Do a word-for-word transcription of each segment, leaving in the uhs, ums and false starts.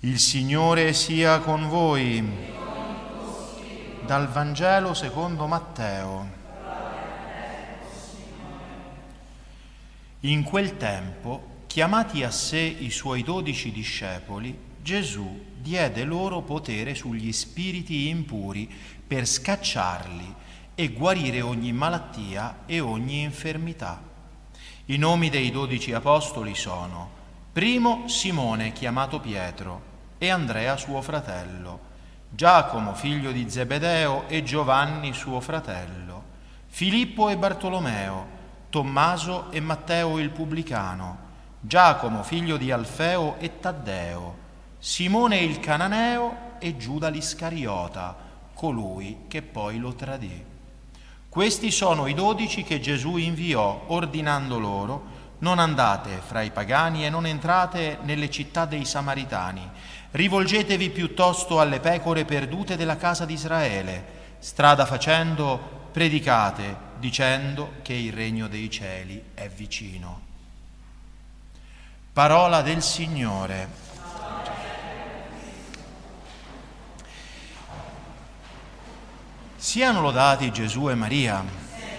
Il Signore sia con voi. Dal Vangelo secondo Matteo. In quel tempo, chiamati a sé i suoi dodici discepoli, Gesù diede loro potere sugli spiriti impuri per scacciarli e guarire ogni malattia e ogni infermità. I nomi dei dodici apostoli sono: primo Simone, chiamato Pietro, e Andrea suo fratello, Giacomo figlio di Zebedeo e Giovanni suo fratello, Filippo e Bartolomeo, Tommaso e Matteo il pubblicano, Giacomo figlio di Alfeo e Taddeo, Simone il cananeo e Giuda l'Iscariota, colui che poi lo tradì. Questi sono i dodici che Gesù inviò, ordinando loro: non andate fra i pagani e non entrate nelle città dei Samaritani. Rivolgetevi piuttosto alle pecore perdute della casa di Israele. Strada facendo, predicate, dicendo che il regno dei cieli è vicino. Parola del Signore. Siano lodati Gesù e Maria.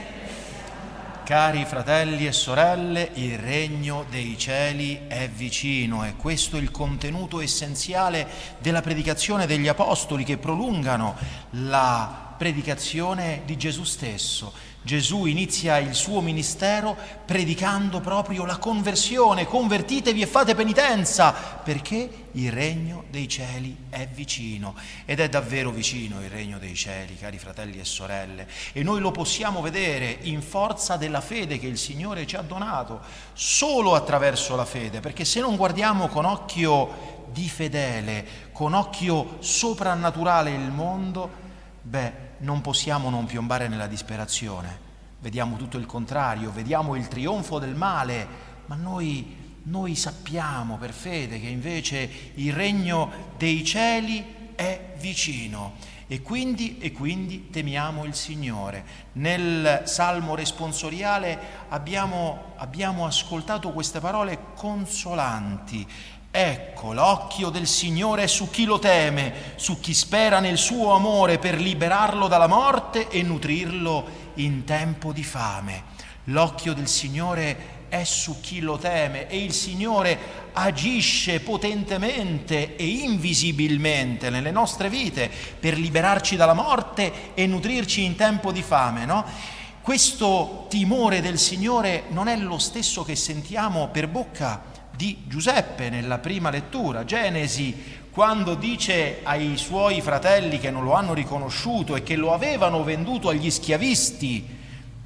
Cari fratelli e sorelle, il regno dei cieli è vicino, e questo è il contenuto essenziale della predicazione degli apostoli, che prolungano la predicazione di Gesù stesso. Gesù inizia il suo ministero predicando proprio la conversione: convertitevi e fate penitenza, perché il regno dei cieli è vicino. Ed è davvero vicino il regno dei cieli, cari fratelli e sorelle, e noi lo possiamo vedere in forza della fede che il Signore ci ha donato, solo attraverso la fede, perché se non guardiamo con occhio di fedele, con occhio soprannaturale il mondo, beh, non possiamo non piombare nella disperazione. Vediamo tutto il contrario, vediamo il trionfo del male, ma noi, noi sappiamo per fede che invece il regno dei cieli è vicino, e quindi, e quindi temiamo il Signore. Nel Salmo responsoriale abbiamo, abbiamo ascoltato queste parole consolanti: ecco, l'occhio del Signore è su chi lo teme, su chi spera nel suo amore per liberarlo dalla morte e nutrirlo in tempo di fame. L'occhio del Signore è su chi lo teme, e il Signore agisce potentemente e invisibilmente nelle nostre vite per liberarci dalla morte e nutrirci in tempo di fame, no? Questo timore del Signore non è lo stesso che sentiamo per bocca di Giuseppe nella prima lettura, Genesi, quando dice ai suoi fratelli che non lo hanno riconosciuto e che lo avevano venduto agli schiavisti,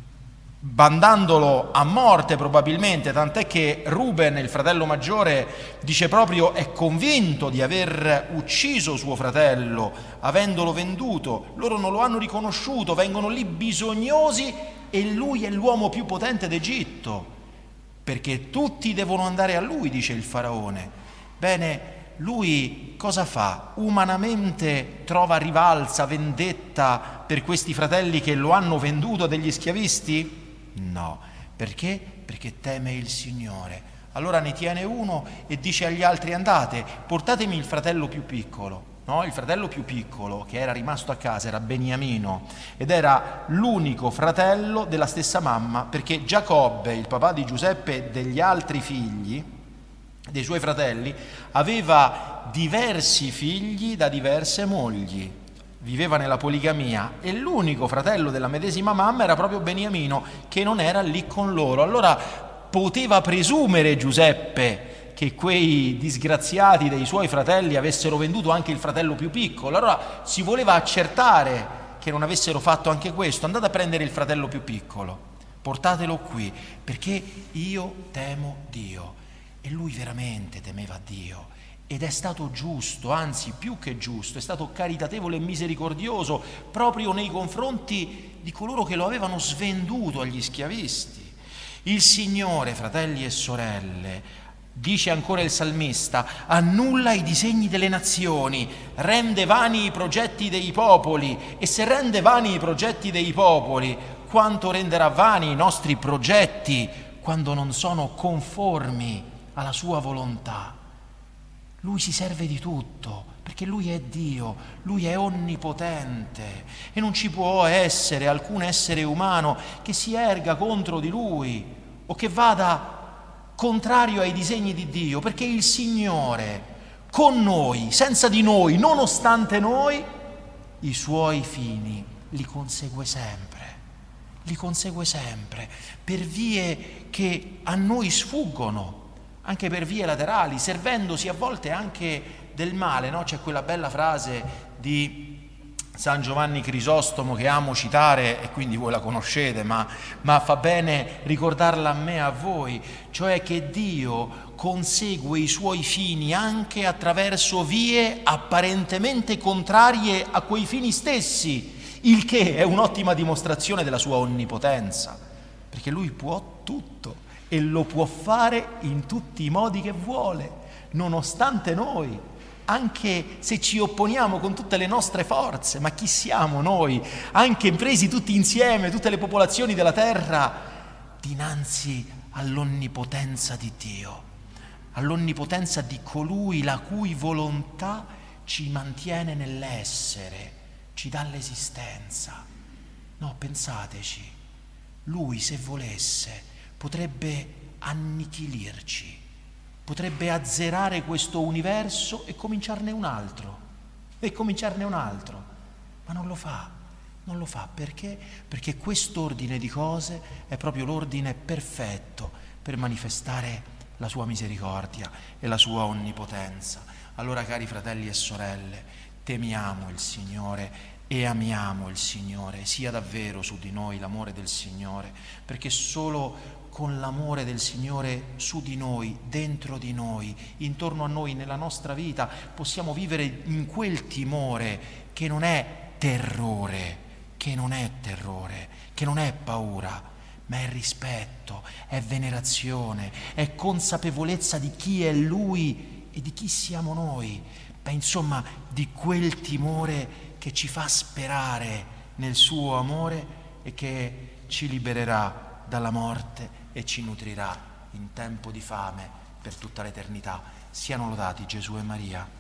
bandandolo a morte probabilmente, tant'è che Ruben, il fratello maggiore, dice proprio è convinto di aver ucciso suo fratello avendolo venduto. Loro non lo hanno riconosciuto, vengono lì bisognosi, e lui è l'uomo più potente d'Egitto, perché tutti devono andare a lui, dice il faraone. Bene, lui cosa fa? Umanamente trova rivalsa, vendetta per questi fratelli che lo hanno venduto a degli schiavisti? No. Perché? Perché teme il Signore. Allora ne tiene uno e dice agli altri: andate, portatemi il fratello più piccolo. No, il fratello più piccolo che era rimasto a casa era Beniamino, ed era l'unico fratello della stessa mamma, perché Giacobbe, il papà di Giuseppe e degli altri figli, dei suoi fratelli, aveva diversi figli da diverse mogli, viveva nella poligamia, e l'unico fratello della medesima mamma era proprio Beniamino, che non era lì con loro. Allora poteva presumere Giuseppe che quei disgraziati dei suoi fratelli avessero venduto anche il fratello più piccolo. Allora si voleva accertare che non avessero fatto anche questo. Andate a prendere il fratello più piccolo, portatelo qui, perché io temo Dio. E lui veramente temeva Dio, ed è stato giusto, anzi più che giusto, è stato caritatevole e misericordioso proprio nei confronti di coloro che lo avevano svenduto agli schiavisti. Il Signore, fratelli e sorelle, dice ancora il salmista, annulla i disegni delle nazioni, rende vani i progetti dei popoli. E se rende vani i progetti dei popoli, quanto renderà vani i nostri progetti quando non sono conformi alla sua volontà? Lui si serve di tutto, perché Lui è Dio, Lui è onnipotente e non ci può essere alcun essere umano che si erga contro di Lui o che vada contrario ai disegni di Dio, perché il Signore con noi, senza di noi, nonostante noi, i Suoi fini li consegue sempre, li consegue sempre, per vie che a noi sfuggono, anche per vie laterali, servendosi a volte anche del male, no? C'è quella bella frase di San Giovanni Crisostomo che amo citare e quindi voi la conoscete, ma, ma fa bene ricordarla a me e a voi, cioè che Dio consegue i Suoi fini anche attraverso vie apparentemente contrarie a quei fini stessi, il che è un'ottima dimostrazione della Sua onnipotenza, perché Lui può tutto e lo può fare in tutti i modi che vuole, nonostante noi, anche se ci opponiamo con tutte le nostre forze. Ma chi siamo noi, anche presi tutti insieme, tutte le popolazioni della terra, dinanzi all'onnipotenza di Dio, all'onnipotenza di colui la cui volontà ci mantiene nell'essere, ci dà l'esistenza. No, pensateci, Lui, se volesse, potrebbe annichilirci, potrebbe azzerare questo universo e cominciarne un altro, e cominciarne un altro, ma non lo fa, non lo fa perché? Perché quest'ordine di cose è proprio l'ordine perfetto per manifestare la Sua misericordia e la Sua onnipotenza. Allora, cari fratelli e sorelle, temiamo il Signore e amiamo il Signore, sia davvero su di noi l'amore del Signore, perché solo con l'amore del Signore su di noi, dentro di noi, intorno a noi, nella nostra vita, possiamo vivere in quel timore che non è terrore, che non è terrore, che non è paura, ma è rispetto, è venerazione, è consapevolezza di chi è Lui e di chi siamo noi. Beh, insomma, di quel timore che ci fa sperare nel Suo amore e che ci libererà dalla morte e ci nutrirà in tempo di fame per tutta l'eternità. Siano lodati Gesù e Maria.